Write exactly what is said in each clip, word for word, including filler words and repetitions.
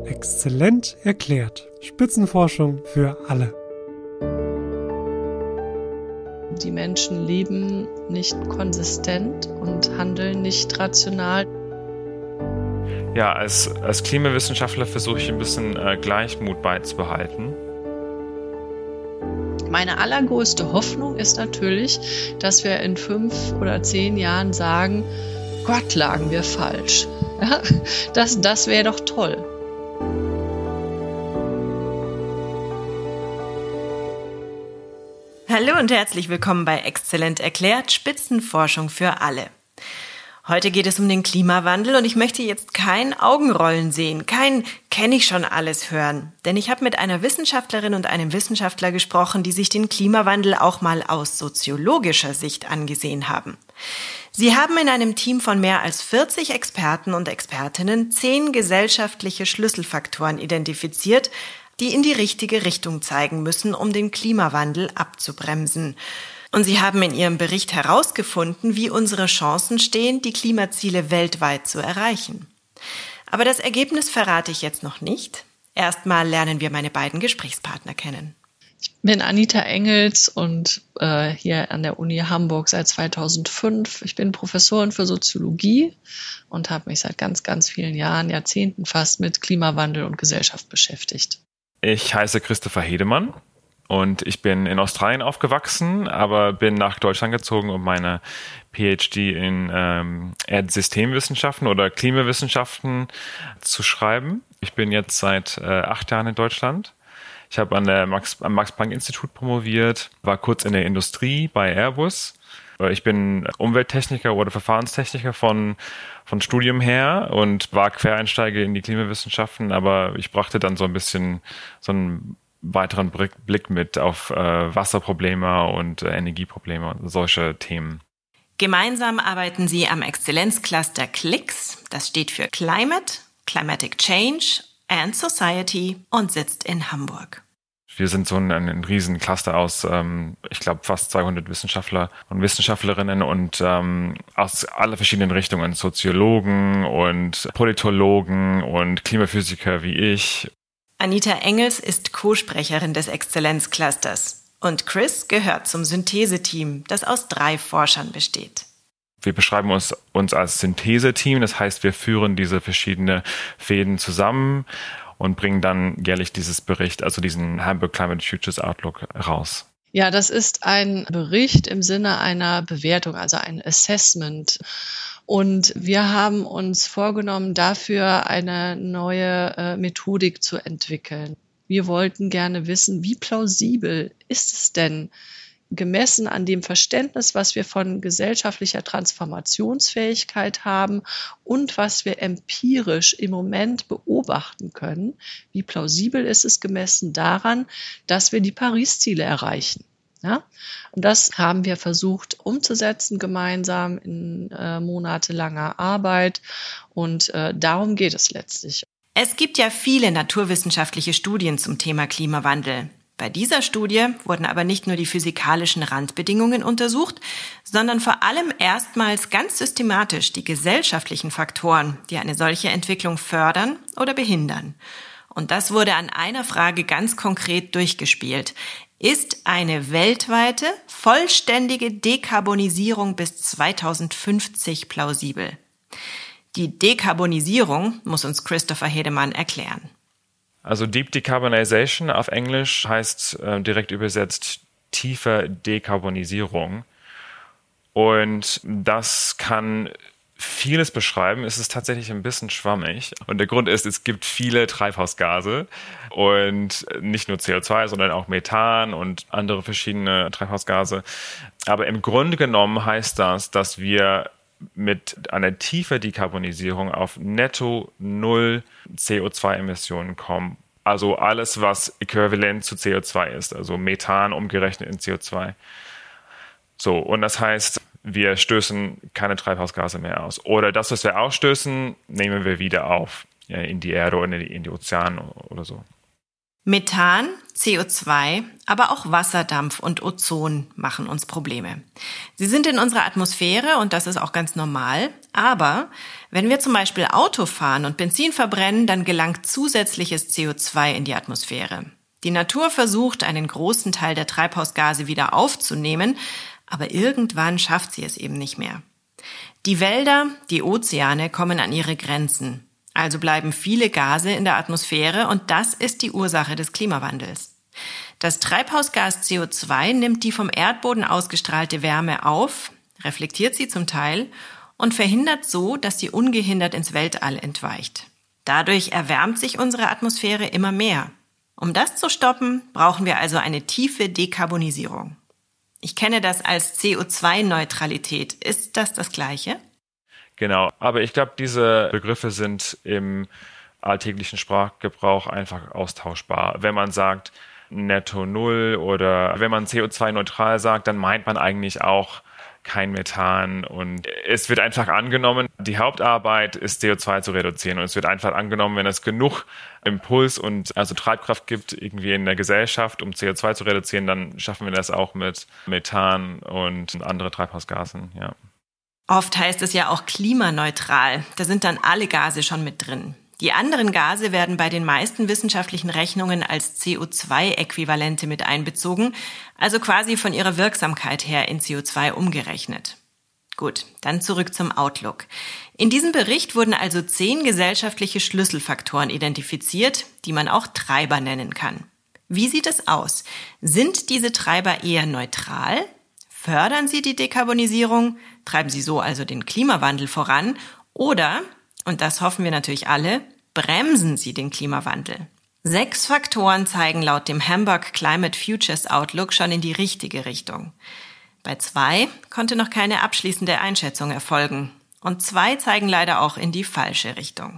Exzellent erklärt. Spitzenforschung für alle. Die Menschen leben nicht konsistent und handeln nicht rational. Ja, als, als Klimawissenschaftler versuche ich ein bisschen äh, Gleichmut beizubehalten. Meine allergrößte Hoffnung ist natürlich, dass wir in fünf oder zehn Jahren sagen, Gott, lagen wir falsch. Ja, das, das wäre doch toll. Hallo und herzlich willkommen bei Exzellent erklärt, Spitzenforschung für alle. Heute geht es um den Klimawandel und ich möchte jetzt kein Augenrollen sehen, kein kenne ich schon alles hören. Denn ich habe mit einer Wissenschaftlerin und einem Wissenschaftler gesprochen, die sich den Klimawandel auch mal aus soziologischer Sicht angesehen haben. Sie haben in einem Team von mehr als vierzig Experten und Expertinnen zehn gesellschaftliche Schlüsselfaktoren identifiziert, die in die richtige Richtung zeigen müssen, um den Klimawandel abzubremsen. Und sie haben in ihrem Bericht herausgefunden, wie unsere Chancen stehen, die Klimaziele weltweit zu erreichen. Aber das Ergebnis verrate ich jetzt noch nicht. Erstmal lernen wir meine beiden Gesprächspartner kennen. Ich bin Anita Engels und äh, hier an der Uni Hamburg seit zweitausendfünf. Ich bin Professorin für Soziologie und habe mich seit ganz, ganz vielen Jahren, Jahrzehnten fast mit Klimawandel und Gesellschaft beschäftigt. Ich heiße Christopher Hedemann und ich bin in Australien aufgewachsen, aber bin nach Deutschland gezogen, um meine PhD in ähm, Erdsystemwissenschaften oder Klimawissenschaften zu schreiben. Ich bin jetzt seit äh, acht Jahren in Deutschland. Ich habe an der Max, am Max-Planck-Institut promoviert, war kurz in der Industrie bei Airbus. Ich bin Umwelttechniker oder Verfahrenstechniker von, von Studium her und war Quereinsteiger in die Klimawissenschaften, aber ich brachte dann so ein bisschen so einen weiteren Blick mit auf äh, Wasserprobleme und äh, Energieprobleme und solche Themen. Gemeinsam arbeiten sie am Exzellenzcluster C L I X, das steht für Climate, Climatic Change and Society und sitzt in Hamburg. Wir sind so ein, ein riesen Cluster aus, ähm, ich glaube, fast zweihundert Wissenschaftler und Wissenschaftlerinnen und ähm, aus alle verschiedenen Richtungen, Soziologen und Politologen und Klimaphysiker wie ich. Anita Engels ist Co-Sprecherin des Exzellenzclusters und Chris gehört zum Synthese-Team, das aus drei Forschern besteht. Wir beschreiben uns, uns als Synthese-Team, das heißt, wir führen diese verschiedenen Fäden zusammen und bringen dann jährlich dieses Bericht, also diesen Hamburg Climate Futures Outlook raus. Ja, das ist ein Bericht im Sinne einer Bewertung, also ein Assessment. Und wir haben uns vorgenommen, dafür eine neue äh, Methodik zu entwickeln. Wir wollten gerne wissen, wie plausibel ist es denn, gemessen an dem Verständnis, was wir von gesellschaftlicher Transformationsfähigkeit haben und was wir empirisch im Moment beobachten können, wie plausibel ist es gemessen daran, dass wir die Paris-Ziele erreichen. Ja? Und das haben wir versucht umzusetzen gemeinsam in äh, monatelanger Arbeit und äh, darum geht es letztlich. Es gibt ja viele naturwissenschaftliche Studien zum Thema Klimawandel. Bei dieser Studie wurden aber nicht nur die physikalischen Randbedingungen untersucht, sondern vor allem erstmals ganz systematisch die gesellschaftlichen Faktoren, die eine solche Entwicklung fördern oder behindern. Und das wurde an einer Frage ganz konkret durchgespielt. Ist eine weltweite, vollständige Dekarbonisierung bis zweitausendfünfzig plausibel? Die Dekarbonisierung muss uns Christopher Hedemann erklären. Also Deep Decarbonization auf Englisch heißt äh, direkt übersetzt tiefe Dekarbonisierung. Und das kann vieles beschreiben. Es ist tatsächlich ein bisschen schwammig. Und der Grund ist, es gibt viele Treibhausgase und nicht nur C O zwei, sondern auch Methan und andere verschiedene Treibhausgase. Aber im Grunde genommen heißt das, dass wir mit einer tiefen Dekarbonisierung auf netto null C O zwei Emissionen kommen. Also alles, was äquivalent zu C O zwei ist, also Methan umgerechnet in C O zwei. So, und das heißt, wir stößen keine Treibhausgase mehr aus. Oder das, was wir ausstößen, nehmen wir wieder auf, ja, in die Erde oder in die, in die Ozeane oder so. Methan, C O zwei, aber auch Wasserdampf und Ozon machen uns Probleme. Sie sind in unserer Atmosphäre und das ist auch ganz normal. Aber wenn wir zum Beispiel Auto fahren und Benzin verbrennen, dann gelangt zusätzliches C O zwei in die Atmosphäre. Die Natur versucht, einen großen Teil der Treibhausgase wieder aufzunehmen, aber irgendwann schafft sie es eben nicht mehr. Die Wälder, die Ozeane kommen an ihre Grenzen. Also bleiben viele Gase in der Atmosphäre und das ist die Ursache des Klimawandels. Das Treibhausgas C O zwei nimmt die vom Erdboden ausgestrahlte Wärme auf, reflektiert sie zum Teil und verhindert so, dass sie ungehindert ins Weltall entweicht. Dadurch erwärmt sich unsere Atmosphäre immer mehr. Um das zu stoppen, brauchen wir also eine tiefe Dekarbonisierung. Ich kenne das als C O zwei Neutralität. Ist das das Gleiche? Genau, aber ich glaube, diese Begriffe sind im alltäglichen Sprachgebrauch einfach austauschbar. Wenn man sagt Netto Null oder wenn man C O zwei neutral sagt, dann meint man eigentlich auch kein Methan und es wird einfach angenommen, die Hauptarbeit ist C O zwei zu reduzieren und es wird einfach angenommen, wenn es genug Impuls und also Treibkraft gibt irgendwie in der Gesellschaft, um C O zwei zu reduzieren, dann schaffen wir das auch mit Methan und andere Treibhausgasen, ja. Oft heißt es ja auch klimaneutral. Da sind dann alle Gase schon mit drin. Die anderen Gase werden bei den meisten wissenschaftlichen Rechnungen als C O zwei Äquivalente mit einbezogen, also quasi von ihrer Wirksamkeit her in C O zwei umgerechnet. Gut, dann zurück zum Outlook. In diesem Bericht wurden also zehn gesellschaftliche Schlüsselfaktoren identifiziert, die man auch Treiber nennen kann. Wie sieht es aus? Sind diese Treiber eher neutral? Fördern sie die Dekarbonisierung? Treiben sie so also den Klimawandel voran? Oder, und das hoffen wir natürlich alle, bremsen sie den Klimawandel? Sechs Faktoren zeigen laut dem Hamburg Climate Futures Outlook schon in die richtige Richtung. Bei zwei konnte noch keine abschließende Einschätzung erfolgen. Und zwei zeigen leider auch in die falsche Richtung.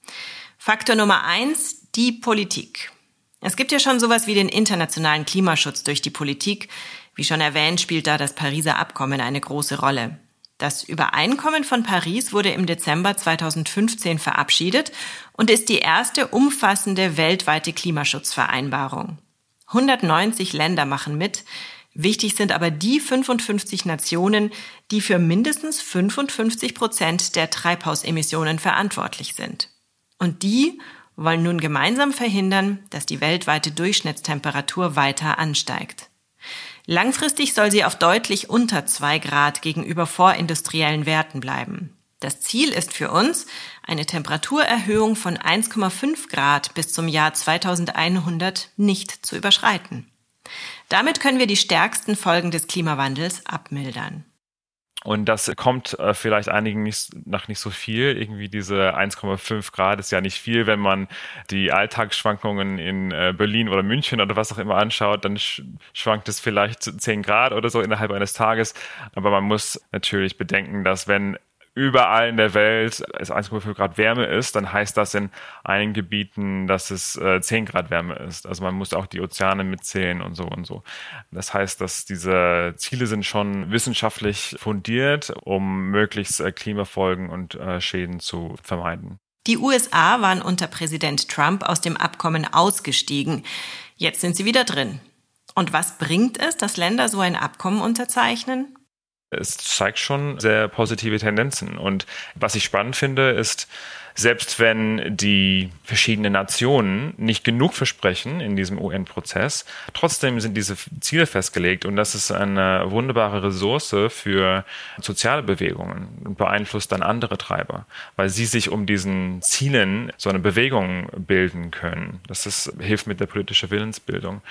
Faktor Nummer eins, die Politik. Es gibt ja schon sowas wie den internationalen Klimaschutz durch die Politik. Wie schon erwähnt, spielt da das Pariser Abkommen eine große Rolle. Das Übereinkommen von Paris wurde im Dezember zweitausendfünfzehn verabschiedet und ist die erste umfassende weltweite Klimaschutzvereinbarung. hundertneunzig Länder machen mit. Wichtig sind aber die fünfundfünfzig Nationen, die für mindestens fünfundfünfzig Prozent der Treibhausemissionen verantwortlich sind. Und die wollen nun gemeinsam verhindern, dass die weltweite Durchschnittstemperatur weiter ansteigt. Langfristig soll sie auf deutlich unter zwei Grad gegenüber vorindustriellen Werten bleiben. Das Ziel ist für uns eine Temperaturerhöhung von eins Komma fünf Grad bis zum Jahr zweitausendeinhundert nicht zu überschreiten. Damit können wir die stärksten Folgen des Klimawandels abmildern. Und das kommt äh, vielleicht einigen nicht, nach nicht so viel. Irgendwie diese eins Komma fünf Grad ist ja nicht viel. Wenn man die Alltagsschwankungen in äh, Berlin oder München oder was auch immer anschaut, dann sch- schwankt es vielleicht zehn Grad oder so innerhalb eines Tages. Aber man muss natürlich bedenken, dass wenn überall in der Welt es eins Komma fünf Grad Wärme ist, dann heißt das in einigen Gebieten, dass es äh, zehn Grad Wärme ist. Also man muss auch die Ozeane mitzählen und so und so. Das heißt, dass diese Ziele sind schon wissenschaftlich fundiert, um möglichst äh, Klimafolgen und äh, Schäden zu vermeiden. Die U S A waren unter Präsident Trump aus dem Abkommen ausgestiegen. Jetzt sind sie wieder drin. Und was bringt es, dass Länder so ein Abkommen unterzeichnen? Es zeigt schon sehr positive Tendenzen. Und was ich spannend finde, ist, selbst wenn die verschiedenen Nationen nicht genug versprechen in diesem U N-Prozess, trotzdem sind diese Ziele festgelegt. Und das ist eine wunderbare Ressource für soziale Bewegungen und beeinflusst dann andere Treiber, weil sie sich um diesen Zielen so eine Bewegung bilden können. Das ist, hilft mit der politischen Willensbildung.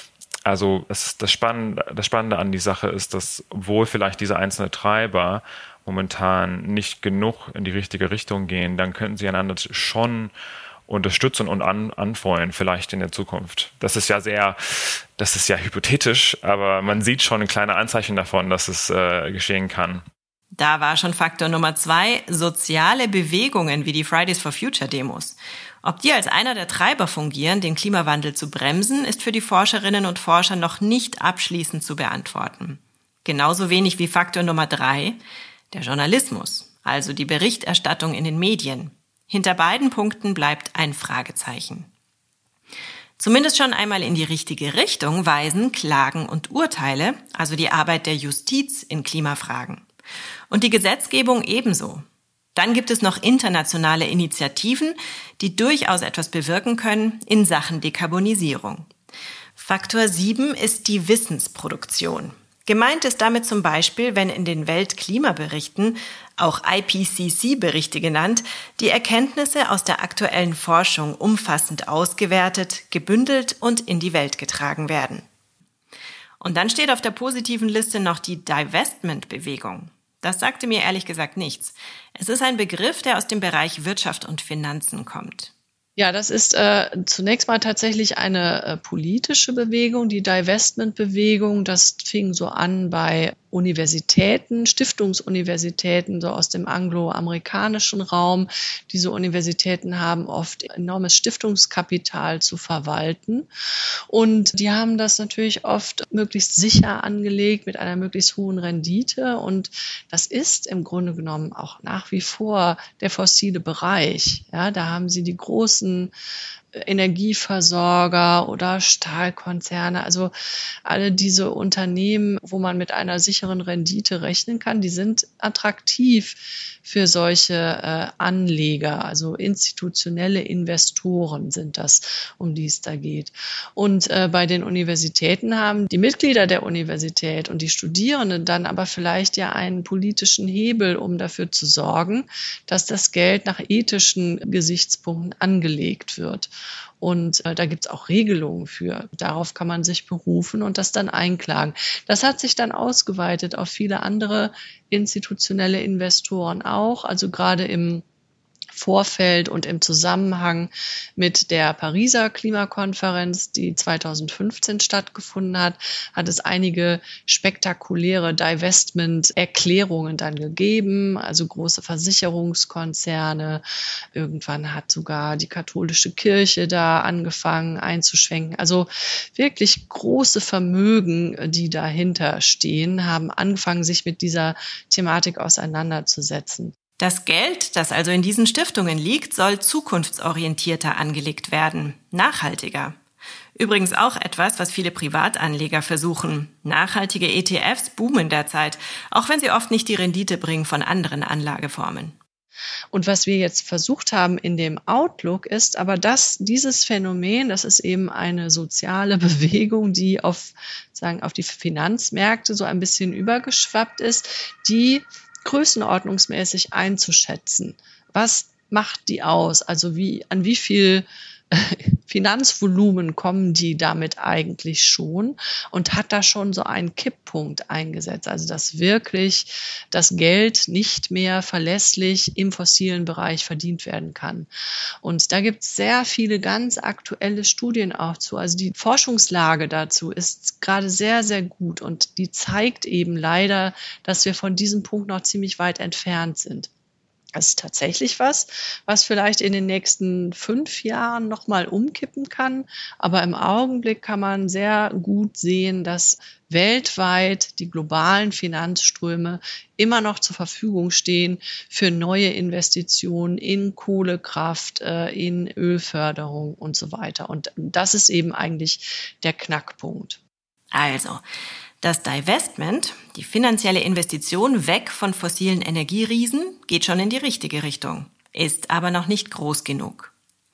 Also das, das, Spannende, das Spannende an die Sache ist, dass obwohl vielleicht diese einzelnen Treiber momentan nicht genug in die richtige Richtung gehen, dann könnten sie einander schon unterstützen und an, anfeuern, vielleicht in der Zukunft. Das ist ja sehr, das ist ja hypothetisch, aber man sieht schon ein kleines Anzeichen davon, dass es äh, geschehen kann. Da war schon Faktor Nummer zwei, soziale Bewegungen wie die Fridays for Future Demos. Ob die als einer der Treiber fungieren, den Klimawandel zu bremsen, ist für die Forscherinnen und Forscher noch nicht abschließend zu beantworten. Genauso wenig wie Faktor Nummer drei, der Journalismus, also die Berichterstattung in den Medien. Hinter beiden Punkten bleibt ein Fragezeichen. Zumindest schon einmal in die richtige Richtung weisen Klagen und Urteile, also die Arbeit der Justiz in Klimafragen. Und die Gesetzgebung ebenso. Dann gibt es noch internationale Initiativen, die durchaus etwas bewirken können in Sachen Dekarbonisierung. Faktor sieben ist die Wissensproduktion. Gemeint ist damit zum Beispiel, wenn in den Weltklimaberichten, auch I P C C-Berichte genannt, die Erkenntnisse aus der aktuellen Forschung umfassend ausgewertet, gebündelt und in die Welt getragen werden. Und dann steht auf der positiven Liste noch die Divestment-Bewegung. Das sagte mir ehrlich gesagt nichts. Es ist ein Begriff, der aus dem Bereich Wirtschaft und Finanzen kommt. Ja, das ist äh, zunächst mal tatsächlich eine äh, politische Bewegung, die Divestment-Bewegung. Das fing so an bei Universitäten, Stiftungsuniversitäten, so aus dem angloamerikanischen Raum. Diese Universitäten haben oft enormes Stiftungskapital zu verwalten. Und die haben das natürlich oft möglichst sicher angelegt mit einer möglichst hohen Rendite. Und das ist im Grunde genommen auch nach wie vor der fossile Bereich. Ja, da haben sie die großen Energieversorger oder Stahlkonzerne, also alle diese Unternehmen, wo man mit einer sicheren Rendite rechnen kann, die sind attraktiv für solche äh, Anleger, also institutionelle Investoren sind das, um die es da geht. Und äh, bei den Universitäten haben die Mitglieder der Universität und die Studierenden dann aber vielleicht ja einen politischen Hebel, um dafür zu sorgen, dass das Geld nach ethischen Gesichtspunkten angelegt wird. Und äh, da gibt's auch Regelungen für. Darauf kann man sich berufen und das dann einklagen. Das hat sich dann ausgeweitet auf viele andere institutionelle Investoren auch. Also gerade im Vorfeld und im Zusammenhang mit der Pariser Klimakonferenz, die zweitausendfünfzehn stattgefunden hat, hat es einige spektakuläre Divestment-Erklärungen dann gegeben, also große Versicherungskonzerne. Irgendwann hat sogar die katholische Kirche da angefangen einzuschwenken. Also wirklich große Vermögen, die dahinter stehen, haben angefangen, sich mit dieser Thematik auseinanderzusetzen. Das Geld, das also in diesen Stiftungen liegt, soll zukunftsorientierter angelegt werden, nachhaltiger. Übrigens auch etwas, was viele Privatanleger versuchen. Nachhaltige E T Fs boomen derzeit, auch wenn sie oft nicht die Rendite bringen von anderen Anlageformen. Und was wir jetzt versucht haben in dem Outlook ist aber, dass dieses Phänomen, das ist eben eine soziale Bewegung, die auf, sagen, auf die Finanzmärkte so ein bisschen übergeschwappt ist, die größenordnungsmäßig einzuschätzen. Was macht die aus? Also wie, an wie viel Finanzvolumen kommen die damit eigentlich schon und hat da schon so einen Kipppunkt eingesetzt, also dass wirklich das Geld nicht mehr verlässlich im fossilen Bereich verdient werden kann. Und da gibt es sehr viele ganz aktuelle Studien auch zu. Also die Forschungslage dazu ist gerade sehr, sehr gut und die zeigt eben leider, dass wir von diesem Punkt noch ziemlich weit entfernt sind. Das ist tatsächlich was, was vielleicht in den nächsten fünf Jahren nochmal umkippen kann. Aber im Augenblick kann man sehr gut sehen, dass weltweit die globalen Finanzströme immer noch zur Verfügung stehen für neue Investitionen in Kohlekraft, in Ölförderung und so weiter. Und das ist eben eigentlich der Knackpunkt. Also, das Divestment, die finanzielle Investition weg von fossilen Energieriesen, geht schon in die richtige Richtung, ist aber noch nicht groß genug.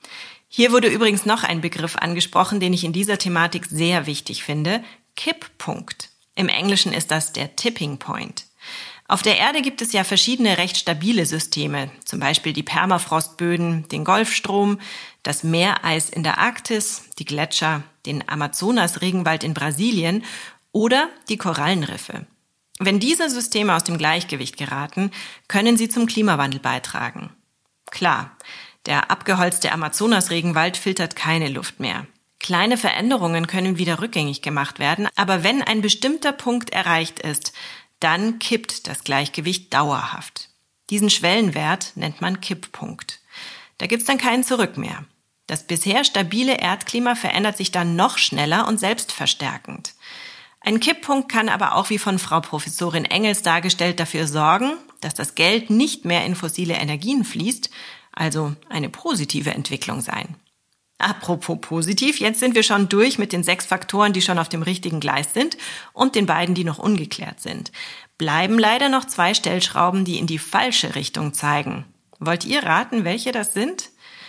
Hier wurde übrigens noch ein Begriff angesprochen, den ich in dieser Thematik sehr wichtig finde: Kipppunkt. Im Englischen ist das der Tipping Point. Auf der Erde gibt es ja verschiedene recht stabile Systeme, zum Beispiel die Permafrostböden, den Golfstrom, das Meereis in der Arktis, die Gletscher, den Amazonas-Regenwald in Brasilien oder die Korallenriffe. Wenn diese Systeme aus dem Gleichgewicht geraten, können sie zum Klimawandel beitragen. Klar, der abgeholzte Amazonas-Regenwald filtert keine Luft mehr. Kleine Veränderungen können wieder rückgängig gemacht werden, aber wenn ein bestimmter Punkt erreicht ist, dann kippt das Gleichgewicht dauerhaft. Diesen Schwellenwert nennt man Kipppunkt. Da gibt's dann kein Zurück mehr. Das bisher stabile Erdklima verändert sich dann noch schneller und selbstverstärkend. Ein Kipppunkt kann aber auch, wie von Frau Professorin Engels dargestellt, dafür sorgen, dass das Geld nicht mehr in fossile Energien fließt, also eine positive Entwicklung sein. Apropos positiv, jetzt sind wir schon durch mit den sechs Faktoren, die schon auf dem richtigen Gleis sind und den beiden, die noch ungeklärt sind. Bleiben leider noch zwei Stellschrauben, die in die falsche Richtung zeigen. Wollt ihr raten, welche das sind?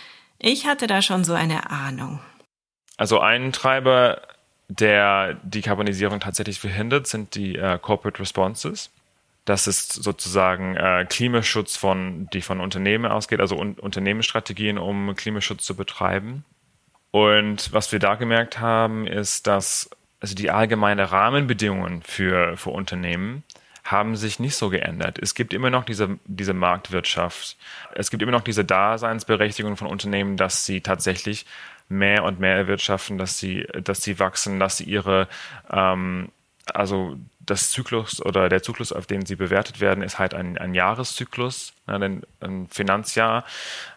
Ich hatte da schon so eine Ahnung. Also ein Treiber, der Dekarbonisierung tatsächlich verhindert, sind die äh, Corporate Responses. Das ist sozusagen äh, Klimaschutz, von, die von Unternehmen ausgeht, also un- Unternehmensstrategien, um Klimaschutz zu betreiben. Und was wir da gemerkt haben, ist, dass also die allgemeinen Rahmenbedingungen für, für Unternehmen haben sich nicht so geändert. Es gibt immer noch diese, diese Marktwirtschaft. Es gibt immer noch diese Daseinsberechtigung von Unternehmen, dass sie tatsächlich mehr und mehr erwirtschaften, dass sie, dass sie wachsen, dass sie ihre, ähm, also das Zyklus oder der Zyklus, auf den sie bewertet werden, ist halt ein, ein Jahreszyklus, ein, ein Finanzjahr.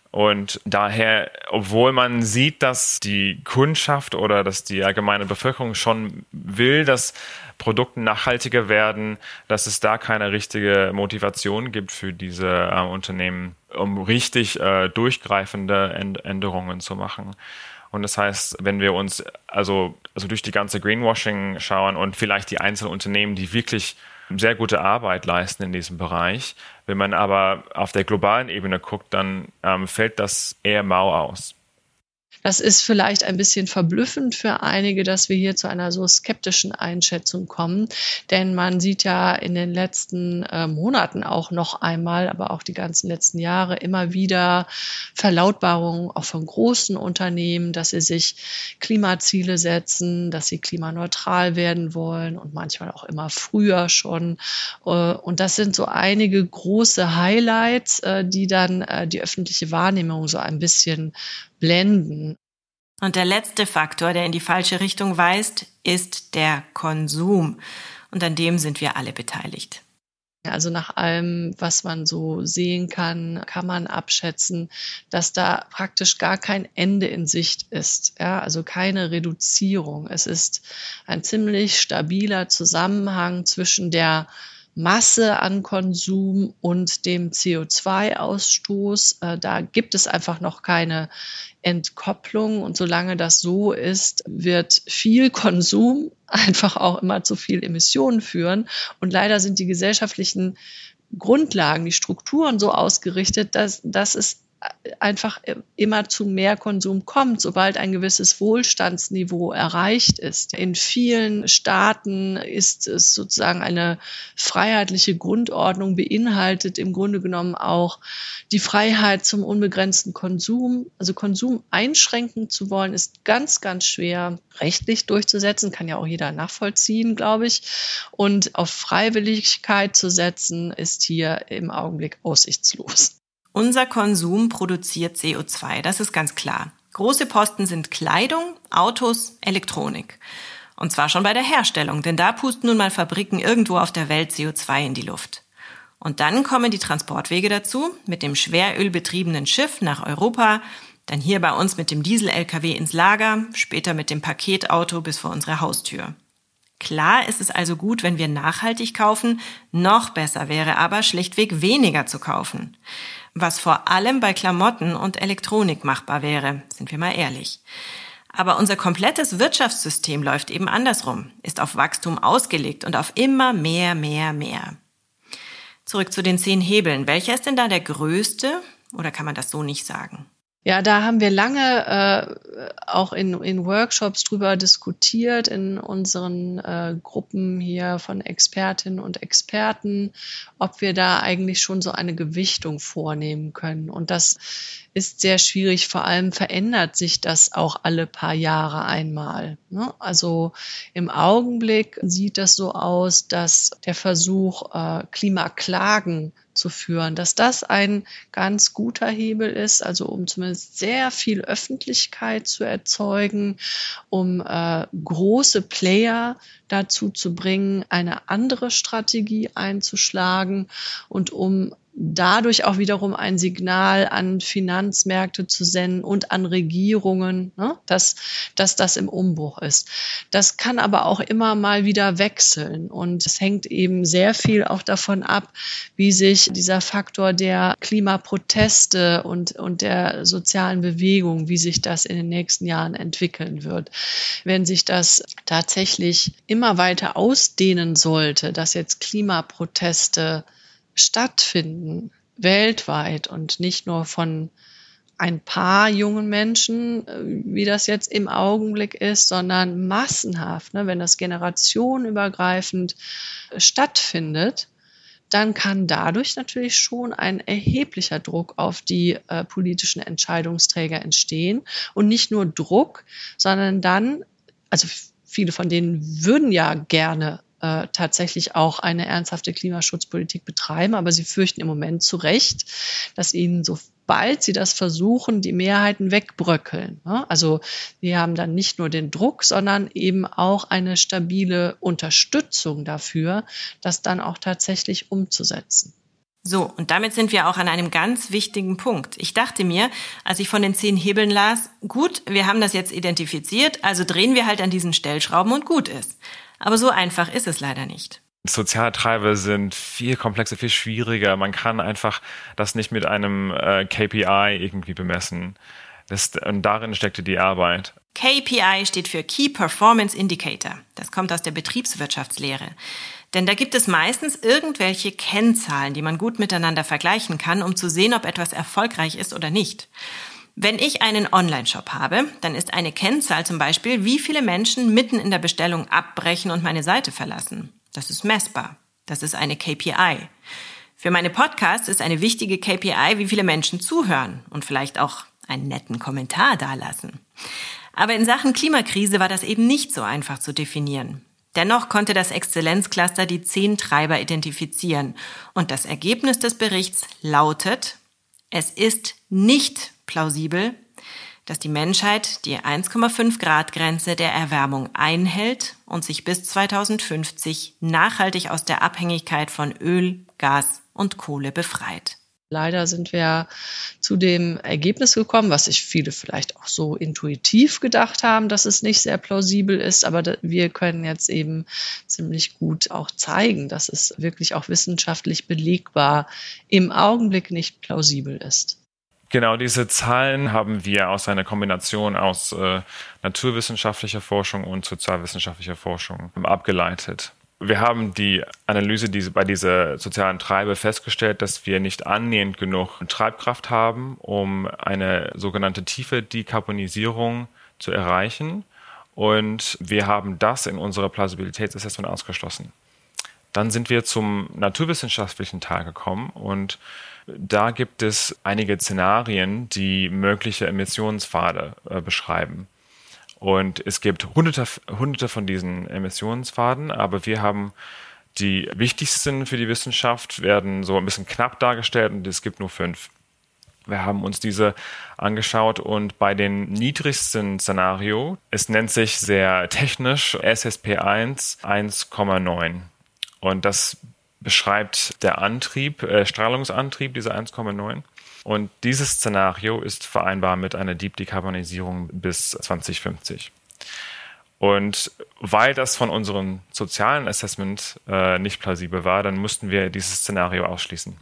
Und daher, obwohl man sieht, dass die Kundschaft oder dass die allgemeine Bevölkerung schon will, dass Produkte nachhaltiger werden, dass es da keine richtige Motivation gibt für diese äh, Unternehmen, um richtig äh, durchgreifende Änd- Änderungen zu machen. Und das heißt, wenn wir uns also, also durch die ganze Greenwashing schauen und vielleicht die einzelnen Unternehmen, die wirklich sehr gute Arbeit leisten in diesem Bereich, wenn man aber auf der globalen Ebene guckt, dann ähm, fällt das eher mau aus. Das ist vielleicht ein bisschen verblüffend für einige, dass wir hier zu einer so skeptischen Einschätzung kommen. Denn man sieht ja in den letzten äh, Monaten auch noch einmal, aber auch die ganzen letzten Jahre immer wieder Verlautbarungen auch von großen Unternehmen, dass sie sich Klimaziele setzen, dass sie klimaneutral werden wollen und manchmal auch immer früher schon. Äh, und das sind so einige große Highlights, äh, die dann äh, die öffentliche Wahrnehmung so ein bisschen blenden. Und der letzte Faktor, der in die falsche Richtung weist, ist der Konsum. Und an dem sind wir alle beteiligt. Also nach allem, was man so sehen kann, kann man abschätzen, dass da praktisch gar kein Ende in Sicht ist. Ja, also keine Reduzierung. Es ist ein ziemlich stabiler Zusammenhang zwischen der Masse an Konsum und dem C O zwei Ausstoß. Äh, da gibt es einfach noch keine Entkopplung. Und solange das so ist, wird viel Konsum einfach auch immer zu viel Emissionen führen. Und leider sind die gesellschaftlichen Grundlagen, die Strukturen so ausgerichtet, dass, dass es einfach immer zu mehr Konsum kommt, sobald ein gewisses Wohlstandsniveau erreicht ist. In vielen Staaten ist es sozusagen eine freiheitliche Grundordnung, beinhaltet im Grunde genommen auch die Freiheit zum unbegrenzten Konsum. Also Konsum einschränken zu wollen, ist ganz, ganz schwer rechtlich durchzusetzen, kann ja auch jeder nachvollziehen, glaube ich. Und auf Freiwilligkeit zu setzen, ist hier im Augenblick aussichtslos. Unser Konsum produziert C O zwei, das ist ganz klar. Große Posten sind Kleidung, Autos, Elektronik. Und zwar schon bei der Herstellung, denn da pusten nun mal Fabriken irgendwo auf der Welt C O zwei in die Luft. Und dann kommen die Transportwege dazu, mit dem schwerölbetriebenen Schiff nach Europa, dann hier bei uns mit dem Diesel-L K W ins Lager, später mit dem Paketauto bis vor unsere Haustür. Klar ist es also gut, wenn wir nachhaltig kaufen, noch besser wäre aber schlichtweg weniger zu kaufen. Was vor allem bei Klamotten und Elektronik machbar wäre, sind wir mal ehrlich. Aber unser komplettes Wirtschaftssystem läuft eben andersrum, ist auf Wachstum ausgelegt und auf immer mehr, mehr, mehr. Zurück zu den zehn Hebeln. Welcher ist denn da der größte? Oder kann man das so nicht sagen? Ja, da haben wir lange äh, auch in, in Workshops drüber diskutiert, in unseren äh, Gruppen hier von Expertinnen und Experten, ob wir da eigentlich schon so eine Gewichtung vornehmen können. Und das ist sehr schwierig. Vor allem verändert sich das auch alle paar Jahre einmal, ne? Also im Augenblick sieht das so aus, dass der Versuch, äh, Klimaklagen zu führen, dass das ein ganz guter Hebel ist, also um zumindest sehr viel Öffentlichkeit zu erzeugen, um äh, große Player dazu zu bringen, eine andere Strategie einzuschlagen und um dadurch auch wiederum ein Signal an Finanzmärkte zu senden und an Regierungen, ne, dass, dass das im Umbruch ist. Das kann aber auch immer mal wieder wechseln und es hängt eben sehr viel auch davon ab, wie sich dieser Faktor der Klimaproteste und, und der sozialen Bewegung, wie sich das in den nächsten Jahren entwickeln wird. Wenn sich das tatsächlich immer weiter ausdehnen sollte, dass jetzt Klimaproteste stattfinden, weltweit und nicht nur von ein paar jungen Menschen, wie das jetzt im Augenblick ist, sondern massenhaft, ne, wenn das generationenübergreifend stattfindet, dann kann dadurch natürlich schon ein erheblicher Druck auf die äh, politischen Entscheidungsträger entstehen. Und nicht nur Druck, sondern dann, also viele von denen würden ja gerne äh, tatsächlich auch eine ernsthafte Klimaschutzpolitik betreiben, aber sie fürchten im Moment zu Recht, dass ihnen, sobald sie das versuchen, die Mehrheiten wegbröckeln. Ne? Also wir haben dann nicht nur den Druck, sondern eben auch eine stabile Unterstützung dafür, das dann auch tatsächlich umzusetzen. So, und damit sind wir auch an einem ganz wichtigen Punkt. Ich dachte mir, als ich von den zehn Hebeln las, gut, wir haben das jetzt identifiziert, also drehen wir halt an diesen Stellschrauben und gut ist. Aber so einfach ist es leider nicht. Soziale Treiber sind viel komplexer, viel schwieriger. Man kann einfach das nicht mit einem äh, K P I irgendwie bemessen. Das, und darin steckte die Arbeit. K P I steht für Key Performance Indicator. Das kommt aus der Betriebswirtschaftslehre. Denn da gibt es meistens irgendwelche Kennzahlen, die man gut miteinander vergleichen kann, um zu sehen, ob etwas erfolgreich ist oder nicht. Wenn ich einen Online-Shop habe, dann ist eine Kennzahl zum Beispiel, wie viele Menschen mitten in der Bestellung abbrechen und meine Seite verlassen. Das ist messbar. Das ist eine K P I. Für meine Podcasts ist eine wichtige K P I, wie viele Menschen zuhören und vielleicht auch einen netten Kommentar dalassen. Aber in Sachen Klimakrise war das eben nicht so einfach zu definieren. Dennoch konnte das Exzellenzcluster die zehn Treiber identifizieren. Und das Ergebnis des Berichts lautet, es ist nicht plausibel, dass die Menschheit die eins Komma fünf Grad Grenze der Erwärmung einhält und sich bis zweitausendfünfzig nachhaltig aus der Abhängigkeit von Öl, Gas und Kohle befreit. Leider sind wir zu dem Ergebnis gekommen, was sich viele vielleicht auch so intuitiv gedacht haben, dass es nicht sehr plausibel ist. Aber wir können jetzt eben ziemlich gut auch zeigen, dass es wirklich auch wissenschaftlich belegbar im Augenblick nicht plausibel ist. Genau, diese Zahlen haben wir aus einer Kombination aus äh, naturwissenschaftlicher Forschung und sozialwissenschaftlicher Forschung abgeleitet. Wir haben die Analyse diese, bei dieser sozialen Treiber festgestellt, dass wir nicht annähernd genug Treibkraft haben, um eine sogenannte tiefe Dekarbonisierung zu erreichen. Und wir haben das in unserer Plausibilitätsassessment ausgeschlossen. Dann sind wir zum naturwissenschaftlichen Teil gekommen und da gibt es einige Szenarien, die mögliche Emissionspfade äh, beschreiben. Und es gibt hunderte, hunderte von diesen Emissionspfaden, aber wir haben die wichtigsten für die Wissenschaft, werden so ein bisschen knapp dargestellt und es gibt nur fünf. Wir haben uns diese angeschaut und bei dem niedrigsten Szenario, es nennt sich sehr technisch S S P eins eins Komma neun. Und das beschreibt der Antrieb, äh, Strahlungsantrieb, dieser eins Komma neun. Und dieses Szenario ist vereinbar mit einer Deep Dekarbonisierung bis zwanzig fünfzig. Und weil das von unserem sozialen Assessment äh, nicht plausibel war, dann mussten wir dieses Szenario ausschließen.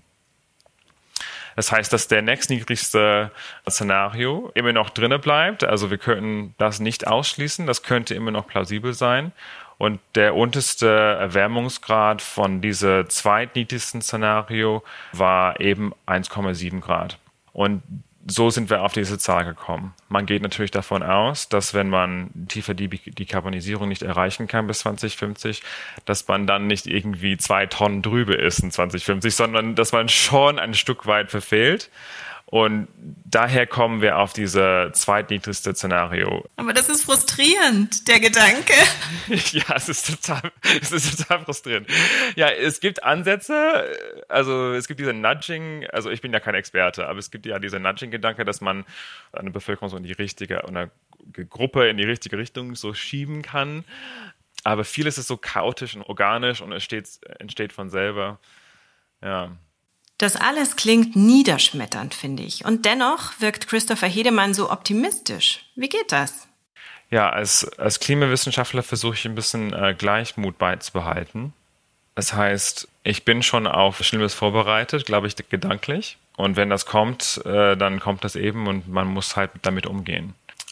Das heißt, dass der nächstniedrigste Szenario immer noch drinne bleibt. Also wir könnten das nicht ausschließen. Das könnte immer noch plausibel sein. Und der unterste Erwärmungsgrad von diesem zweitniedrigsten Szenario war eben eins Komma sieben Grad. Und so sind wir auf diese Zahl gekommen. Man geht natürlich davon aus, dass wenn man tiefe Dekarbonisierung nicht erreichen kann bis zwanzig fünfzig, dass man dann nicht irgendwie zwei Tonnen drüber ist in zwanzig fünfzig, sondern dass man schon ein Stück weit verfehlt. Und daher kommen wir auf diese zweitniedrigste Szenario. Aber das ist frustrierend, der Gedanke. Ja, es ist total, es ist total frustrierend. Ja, es gibt Ansätze, also es gibt diese Nudging, also ich bin ja kein Experte, aber es gibt ja diese Nudging-Gedanke, dass man eine Bevölkerung so in die richtige, eine Gruppe in die richtige Richtung so schieben kann. Aber vieles ist so chaotisch und organisch und es steht, entsteht von selber. Ja. Das alles klingt niederschmetternd, finde ich. Und dennoch wirkt Christopher Hedemann so optimistisch. Wie geht das? Ja, als, als Klimawissenschaftler versuche ich ein bisschen äh, Gleichmut beizubehalten. Das heißt, ich bin schon auf Schlimmes vorbereitet, glaube ich, gedanklich. Und wenn das kommt, äh, dann kommt das eben und man muss halt damit umgehen.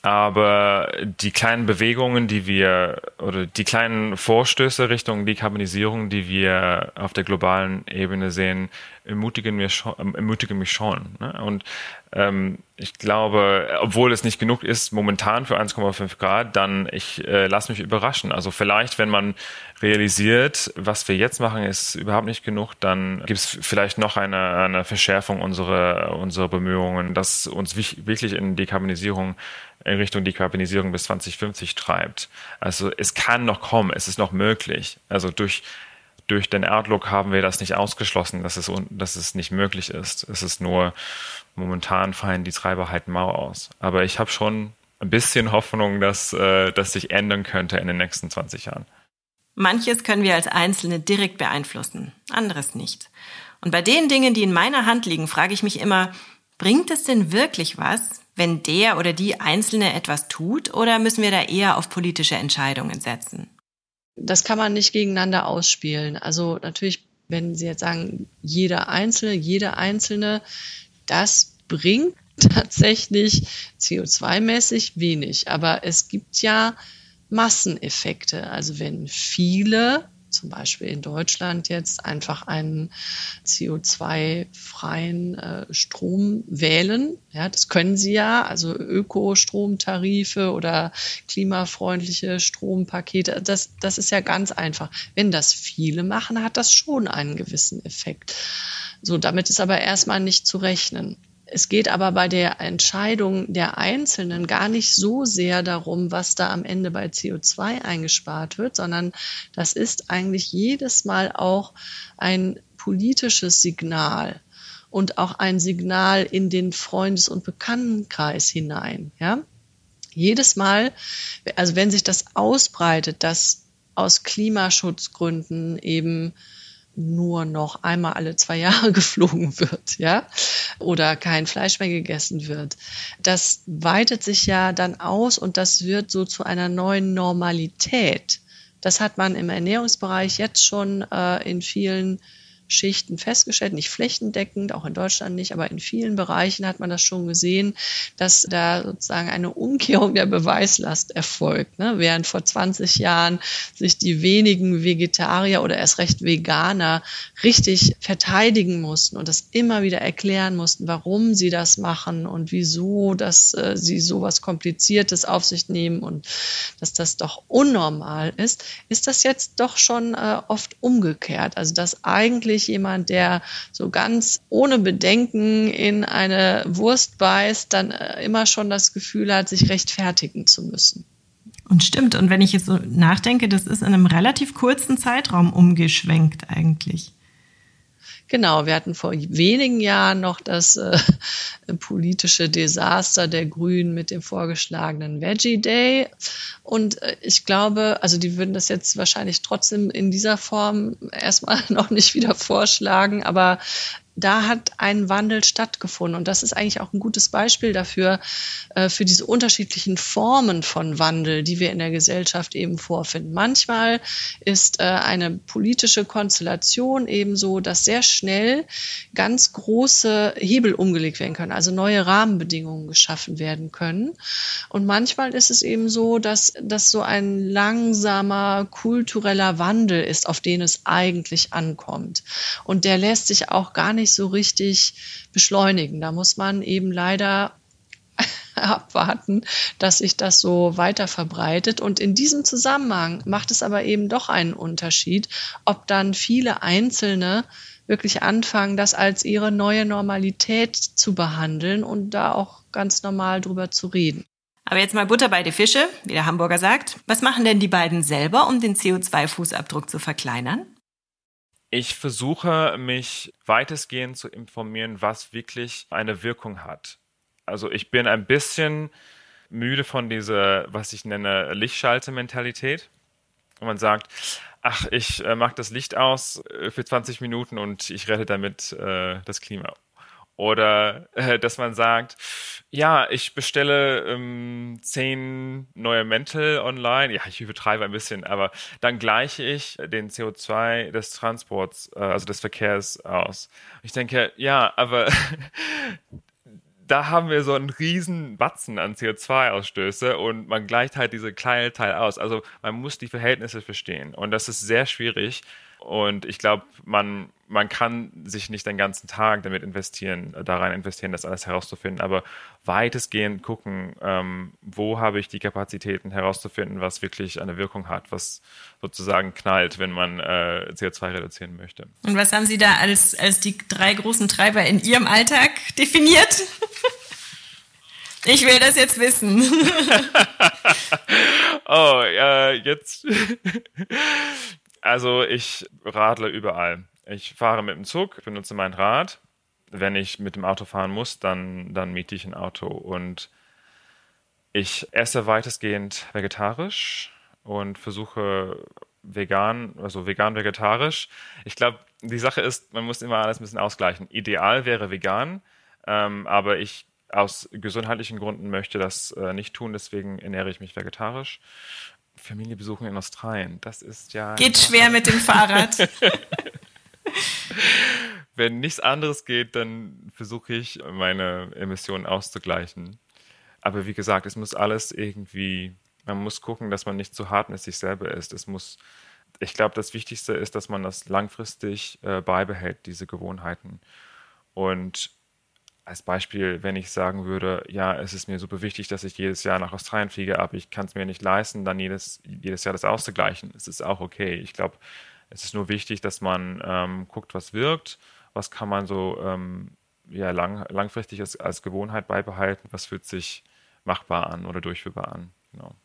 Aber die kleinen Bewegungen, die wir, oder die kleinen Vorstöße Richtung Dekarbonisierung, die wir auf der globalen Ebene sehen, ermutigen, mir schon, ermutigen mich schon. Ne? Und ähm, ich glaube, obwohl es nicht genug ist momentan für eins Komma fünf Grad, dann ich äh, lasse mich überraschen. Also vielleicht, wenn man realisiert, was wir jetzt machen, ist überhaupt nicht genug, dann gibt es vielleicht noch eine, eine Verschärfung unserer, unserer Bemühungen, dass uns wirklich in Dekarbonisierung in Richtung Dekarbonisierung bis zwanzig fünfzig treibt. Also es kann noch kommen, es ist noch möglich. Also durch, durch den Outlook haben wir das nicht ausgeschlossen, dass es, dass es nicht möglich ist. Es ist nur, momentan fallen die Treiber halt mau aus. Aber ich habe schon ein bisschen Hoffnung, dass äh, das sich ändern könnte in den nächsten zwanzig Jahren. Manches können wir als Einzelne direkt beeinflussen, anderes nicht. Und bei den Dingen, die in meiner Hand liegen, frage ich mich immer, bringt es denn wirklich was, wenn der oder die Einzelne etwas tut, oder müssen wir da eher auf politische Entscheidungen setzen? Das kann man nicht gegeneinander ausspielen. Also natürlich, wenn Sie jetzt sagen, jeder Einzelne, jede Einzelne, das bringt tatsächlich C O zwei mäßig wenig. Aber es gibt ja Masseneffekte. Also wenn viele, zum Beispiel in Deutschland jetzt, einfach einen C O zwei freien äh, Strom wählen. Ja, das können sie ja, also Ökostromtarife oder klimafreundliche Strompakete. Das, das ist ja ganz einfach. Wenn das viele machen, hat das schon einen gewissen Effekt. So, damit ist aber erstmal nicht zu rechnen. Es geht aber bei der Entscheidung der Einzelnen gar nicht so sehr darum, was da am Ende bei C O zwei eingespart wird, sondern das ist eigentlich jedes Mal auch ein politisches Signal und auch ein Signal in den Freundes- und Bekanntenkreis hinein. Ja? Jedes Mal, also wenn sich das ausbreitet, dass aus Klimaschutzgründen eben nur noch einmal alle zwei Jahre geflogen wird, ja, oder kein Fleisch mehr gegessen wird. Das weitet sich ja dann aus und das wird so zu einer neuen Normalität. Das hat man im Ernährungsbereich jetzt schon äh, in vielen Schichten festgestellt, nicht flächendeckend, auch in Deutschland nicht, aber in vielen Bereichen hat man das schon gesehen, dass da sozusagen eine Umkehrung der Beweislast erfolgt. Ne? Während vor zwanzig Jahren sich die wenigen Vegetarier oder erst recht Veganer richtig verteidigen mussten und das immer wieder erklären mussten, warum sie das machen und wieso, dass äh, sie sowas Kompliziertes auf sich nehmen und dass das doch unnormal ist, ist das jetzt doch schon äh, oft umgekehrt. Also dass eigentlich jemand, der so ganz ohne Bedenken in eine Wurst beißt, dann immer schon das Gefühl hat, sich rechtfertigen zu müssen. Und stimmt. Und wenn ich jetzt so nachdenke, das ist in einem relativ kurzen Zeitraum umgeschwenkt eigentlich. Genau, wir hatten vor wenigen Jahren noch das äh, politische Desaster der Grünen mit dem vorgeschlagenen Veggie Day. Und äh, ich glaube, also die würden das jetzt wahrscheinlich trotzdem in dieser Form erstmal noch nicht wieder vorschlagen, aber da hat ein Wandel stattgefunden. Und das ist eigentlich auch ein gutes Beispiel dafür, äh, für diese unterschiedlichen Formen von Wandel, die wir in der Gesellschaft eben vorfinden. Manchmal ist äh, eine politische Konstellation eben so, dass sehr schnell ganz große Hebel umgelegt werden können, also neue Rahmenbedingungen geschaffen werden können. Und manchmal ist es eben so, dass das so ein langsamer kultureller Wandel ist, auf den es eigentlich ankommt. Und der lässt sich auch gar nicht so richtig beschleunigen. Da muss man eben leider abwarten, dass sich das so weiter verbreitet. Und in diesem Zusammenhang macht es aber eben doch einen Unterschied, ob dann viele Einzelne wirklich anfangen, das als ihre neue Normalität zu behandeln und da auch ganz normal drüber zu reden. Aber jetzt mal Butter bei die Fische, wie der Hamburger sagt. Was machen denn die beiden selber, um den C O zwei Fußabdruck zu verkleinern? Ich versuche, mich weitestgehend zu informieren, was wirklich eine Wirkung hat. Also ich bin ein bisschen müde von dieser, was ich nenne, Lichtschalter-Mentalität. und man sagt, ach, ich äh, mache das Licht aus äh, für zwanzig Minuten und ich rette damit äh, das Klima. Oder äh, dass man sagt, ja, ich bestelle ähm, zehn neue Mäntel online. Ja, ich übertreibe ein bisschen, aber dann gleiche ich den C O zwei des Transports, äh, also des Verkehrs aus. Ich denke, ja, aber da haben wir so einen riesen Batzen an C O zwei Ausstöße und man gleicht halt diese kleine Teil aus. Also man muss die Verhältnisse verstehen und das ist sehr schwierig. Und ich glaube, man, man kann sich nicht den ganzen Tag damit investieren, da rein investieren, das alles herauszufinden, aber weitestgehend gucken, ähm, wo habe ich die Kapazitäten herauszufinden, was wirklich eine Wirkung hat, was sozusagen knallt, wenn man äh, C O zwei reduzieren möchte. Und was haben Sie da als, als die drei großen Treiber in Ihrem Alltag definiert? Ich will das jetzt wissen. oh, äh, jetzt... Also ich radle überall. Ich fahre mit dem Zug, benutze mein Rad. Wenn ich mit dem Auto fahren muss, dann, dann miete ich ein Auto. Und ich esse weitestgehend vegetarisch und versuche vegan, also vegan-vegetarisch. Ich glaube, die Sache ist, man muss immer alles ein bisschen ausgleichen. Ideal wäre vegan, ähm, aber ich aus gesundheitlichen Gründen möchte das äh, nicht tun, deswegen ernähre ich mich vegetarisch. Familie besuchen in Australien, das ist ja... Geht schwer mit dem Fahrrad. Wenn nichts anderes geht, dann versuche ich, meine Emissionen auszugleichen. Aber wie gesagt, es muss alles irgendwie... Man muss gucken, dass man nicht zu hart mit sich selber ist. Es muss... Ich glaube, das Wichtigste ist, dass man das langfristig äh, beibehält, diese Gewohnheiten. Und als Beispiel, wenn ich sagen würde, ja, es ist mir super wichtig, dass ich jedes Jahr nach Australien fliege, aber ich kann es mir nicht leisten, dann jedes, jedes Jahr das auszugleichen. Es ist auch okay. Ich glaube, es ist nur wichtig, dass man ähm, guckt, was wirkt, was kann man so ähm, ja, lang, langfristig als, als Gewohnheit beibehalten, was fühlt sich machbar an oder durchführbar an. Genau.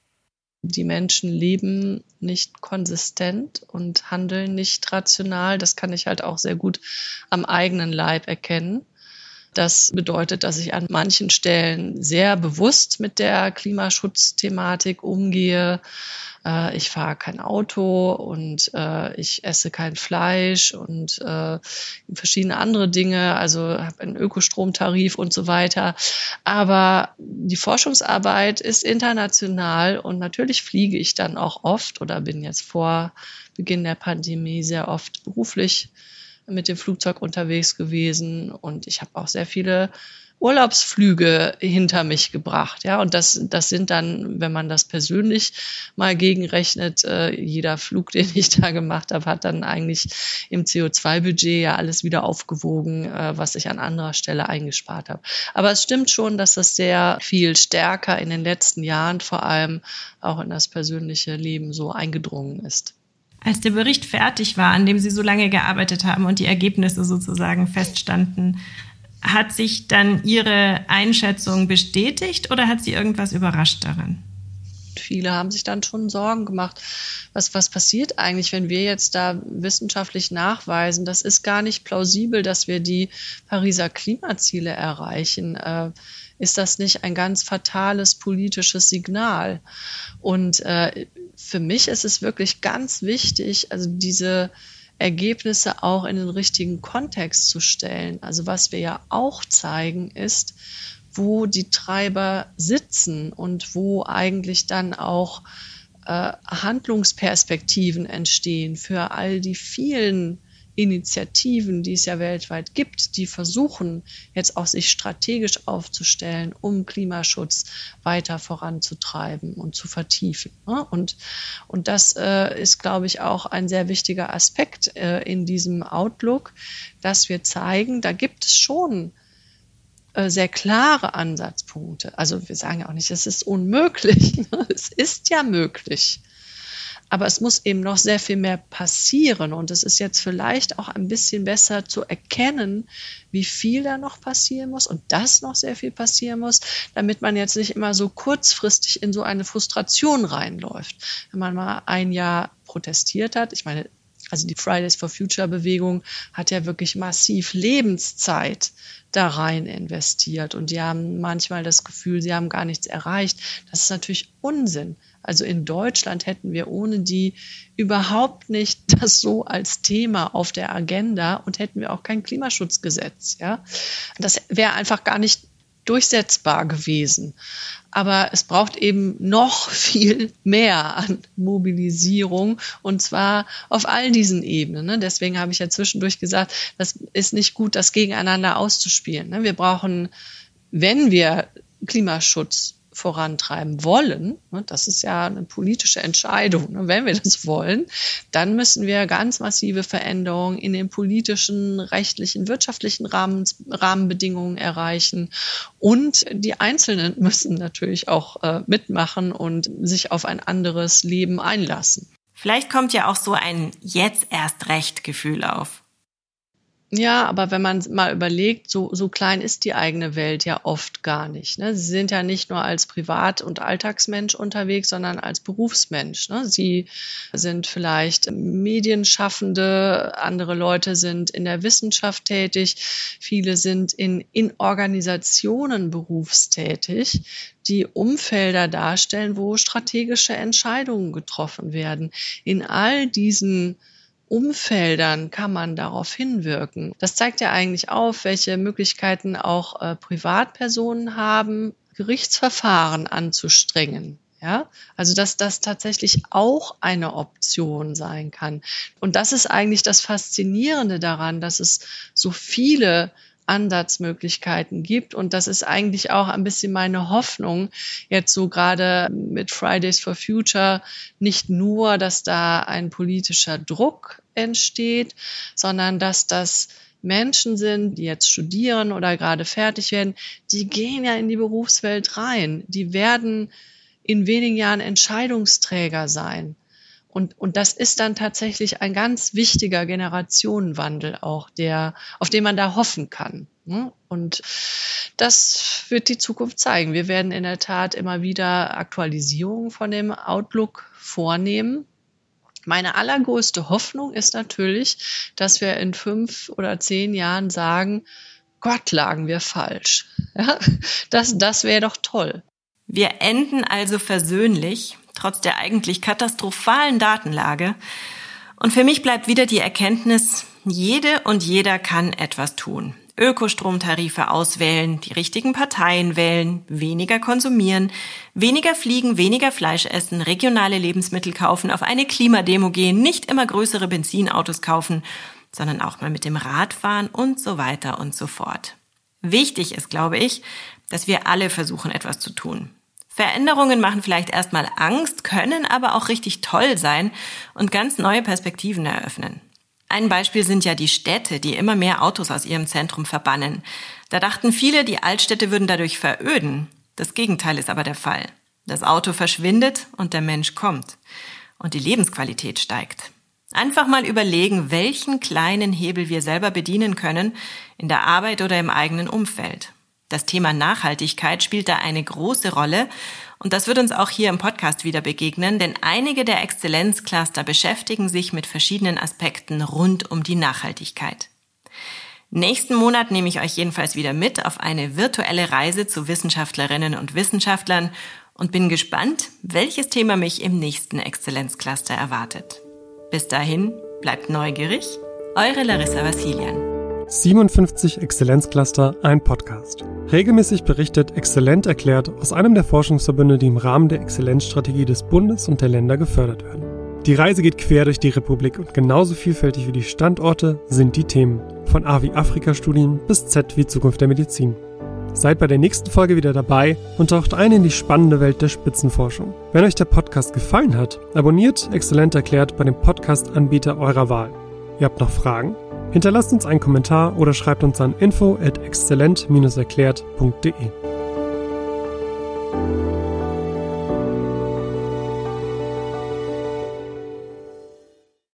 Die Menschen leben nicht konsistent und handeln nicht rational. Das kann ich halt auch sehr gut am eigenen Leib erkennen. Das bedeutet, dass ich an manchen Stellen sehr bewusst mit der Klimaschutzthematik umgehe. Äh, ich fahre kein Auto und äh, ich esse kein Fleisch und äh, verschiedene andere Dinge, also habe einen Ökostromtarif und so weiter. Aber die Forschungsarbeit ist international und natürlich fliege ich dann auch oft oder bin jetzt vor Beginn der Pandemie sehr oft beruflich mit dem Flugzeug unterwegs gewesen und ich habe auch sehr viele Urlaubsflüge hinter mich gebracht, ja, und das das sind dann, wenn man das persönlich mal gegenrechnet, äh, jeder Flug, den ich da gemacht habe, hat dann eigentlich im C O zwei Budget ja alles wieder aufgewogen, äh, was ich an anderer Stelle eingespart habe. Aber es stimmt schon, dass das sehr viel stärker in den letzten Jahren vor allem auch in das persönliche Leben so eingedrungen ist. Als der Bericht fertig war, an dem Sie so lange gearbeitet haben und die Ergebnisse sozusagen feststanden, hat sich dann Ihre Einschätzung bestätigt oder hat Sie irgendwas überrascht daran? Viele haben sich dann schon Sorgen gemacht. Was, was passiert eigentlich, wenn wir jetzt da wissenschaftlich nachweisen? Das ist gar nicht plausibel, dass wir die Pariser Klimaziele erreichen. Äh, ist das nicht ein ganz fatales politisches Signal? Und äh, für mich ist es wirklich ganz wichtig, also diese Ergebnisse auch in den richtigen Kontext zu stellen. Also was wir ja auch zeigen ist, wo die Treiber sitzen und wo eigentlich dann auch äh, Handlungsperspektiven entstehen für all die vielen Initiativen, die es ja weltweit gibt, die versuchen, jetzt auch sich strategisch aufzustellen, um Klimaschutz weiter voranzutreiben und zu vertiefen. Und, und das äh, ist, glaube ich, auch ein sehr wichtiger Aspekt äh, in diesem Outlook, dass wir zeigen, da gibt es schon äh, sehr klare Ansatzpunkte. Also wir sagen ja auch nicht, es ist unmöglich. Es ist ja möglich. Aber es muss eben noch sehr viel mehr passieren und es ist jetzt vielleicht auch ein bisschen besser zu erkennen, wie viel da noch passieren muss und dass noch sehr viel passieren muss, damit man jetzt nicht immer so kurzfristig in so eine Frustration reinläuft. Wenn man mal ein Jahr protestiert hat, ich meine, Also die Fridays for Future Bewegung hat ja wirklich massiv Lebenszeit da rein investiert und die haben manchmal das Gefühl, sie haben gar nichts erreicht. Das ist natürlich Unsinn. Also in Deutschland hätten wir ohne die überhaupt nicht das so als Thema auf der Agenda und hätten wir auch kein Klimaschutzgesetz. Ja, das wäre einfach gar nicht durchsetzbar gewesen. Aber es braucht eben noch viel mehr an Mobilisierung und zwar auf all diesen Ebenen. Ne? Deswegen habe ich ja zwischendurch gesagt, das ist nicht gut, das gegeneinander auszuspielen. Ne? Wir brauchen, wenn wir Klimaschutz vorantreiben wollen, ne, das ist ja eine politische Entscheidung, ne, wenn wir das wollen, dann müssen wir ganz massive Veränderungen in den politischen, rechtlichen, wirtschaftlichen Rahmen, Rahmenbedingungen erreichen und die Einzelnen müssen natürlich auch äh, mitmachen und sich auf ein anderes Leben einlassen. Vielleicht kommt ja auch so ein jetzt erst recht Gefühl auf. Ja, aber wenn man mal überlegt, so, so klein ist die eigene Welt ja oft gar nicht. Ne? Sie sind ja nicht nur als Privat- und Alltagsmensch unterwegs, sondern als Berufsmensch. Ne? Sie sind vielleicht Medienschaffende, andere Leute sind in der Wissenschaft tätig, viele sind in, in Organisationen berufstätig, die Umfelder darstellen, wo strategische Entscheidungen getroffen werden. In all diesen Umfeldern kann man darauf hinwirken. Das zeigt ja eigentlich auf, welche Möglichkeiten auch äh, Privatpersonen haben, Gerichtsverfahren anzustrengen. Ja, also dass das tatsächlich auch eine Option sein kann. Und das ist eigentlich das Faszinierende daran, dass es so viele Ansatzmöglichkeiten gibt. Und das ist eigentlich auch ein bisschen meine Hoffnung, jetzt so gerade mit Fridays for Future, nicht nur, dass da ein politischer Druck entsteht, sondern dass das Menschen sind, die jetzt studieren oder gerade fertig werden, die gehen ja in die Berufswelt rein. Die werden in wenigen Jahren Entscheidungsträger sein. Und, und das ist dann tatsächlich ein ganz wichtiger Generationenwandel auch, der, auf den man da hoffen kann. Und das wird die Zukunft zeigen. Wir werden in der Tat immer wieder Aktualisierungen von dem Outlook vornehmen. Meine allergrößte Hoffnung ist natürlich, dass wir in fünf oder zehn Jahren sagen, Gott, lagen wir falsch. Ja, das, das wäre doch toll. Wir enden also versöhnlich, trotz der eigentlich katastrophalen Datenlage. Und für mich bleibt wieder die Erkenntnis, jede und jeder kann etwas tun. Ökostromtarife auswählen, die richtigen Parteien wählen, weniger konsumieren, weniger fliegen, weniger Fleisch essen, regionale Lebensmittel kaufen, auf eine Klimademo gehen, nicht immer größere Benzinautos kaufen, sondern auch mal mit dem Rad fahren und so weiter und so fort. Wichtig ist, glaube ich, dass wir alle versuchen, etwas zu tun. Veränderungen machen vielleicht erstmal Angst, können aber auch richtig toll sein und ganz neue Perspektiven eröffnen. Ein Beispiel sind ja die Städte, die immer mehr Autos aus ihrem Zentrum verbannen. Da dachten viele, die Altstädte würden dadurch veröden. Das Gegenteil ist aber der Fall. Das Auto verschwindet und der Mensch kommt. Und die Lebensqualität steigt. Einfach mal überlegen, welchen kleinen Hebel wir selber bedienen können, in der Arbeit oder im eigenen Umfeld. Das Thema Nachhaltigkeit spielt da eine große Rolle und das wird uns auch hier im Podcast wieder begegnen, denn einige der Exzellenzcluster beschäftigen sich mit verschiedenen Aspekten rund um die Nachhaltigkeit. Nächsten Monat nehme ich euch jedenfalls wieder mit auf eine virtuelle Reise zu Wissenschaftlerinnen und Wissenschaftlern und bin gespannt, welches Thema mich im nächsten Exzellenzcluster erwartet. Bis dahin, bleibt neugierig, eure Larissa Vassilian. siebenundfünfzig Exzellenzcluster, ein Podcast. Regelmäßig berichtet Exzellent erklärt aus einem der Forschungsverbünde, die im Rahmen der Exzellenzstrategie des Bundes und der Länder gefördert werden. Die Reise geht quer durch die Republik und genauso vielfältig wie die Standorte sind die Themen. Von A wie Afrika-Studien bis Z wie Zukunft der Medizin. Seid bei der nächsten Folge wieder dabei und taucht ein in die spannende Welt der Spitzenforschung. Wenn euch der Podcast gefallen hat, abonniert Exzellent erklärt bei dem Podcast-Anbieter eurer Wahl. Ihr habt noch Fragen? Hinterlasst uns einen Kommentar oder schreibt uns an info at exzellent dash erklärt punkt de.